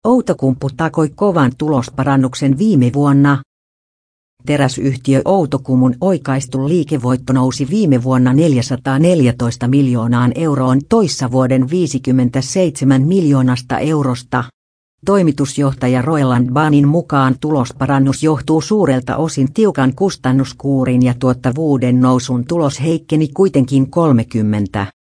Outokumpu takoi kovan tulosparannuksen viime vuonna. Teräsyhtiö Outokumun oikaistu liikevoitto nousi viime vuonna 414 miljoonaan euroon toissa vuoden 57 miljoonasta eurosta. Toimitusjohtaja Roland Banin mukaan tulosparannus johtuu suurelta osin tiukan kustannuskuurin ja tuottavuuden nousun. Tulos heikkeni kuitenkin 30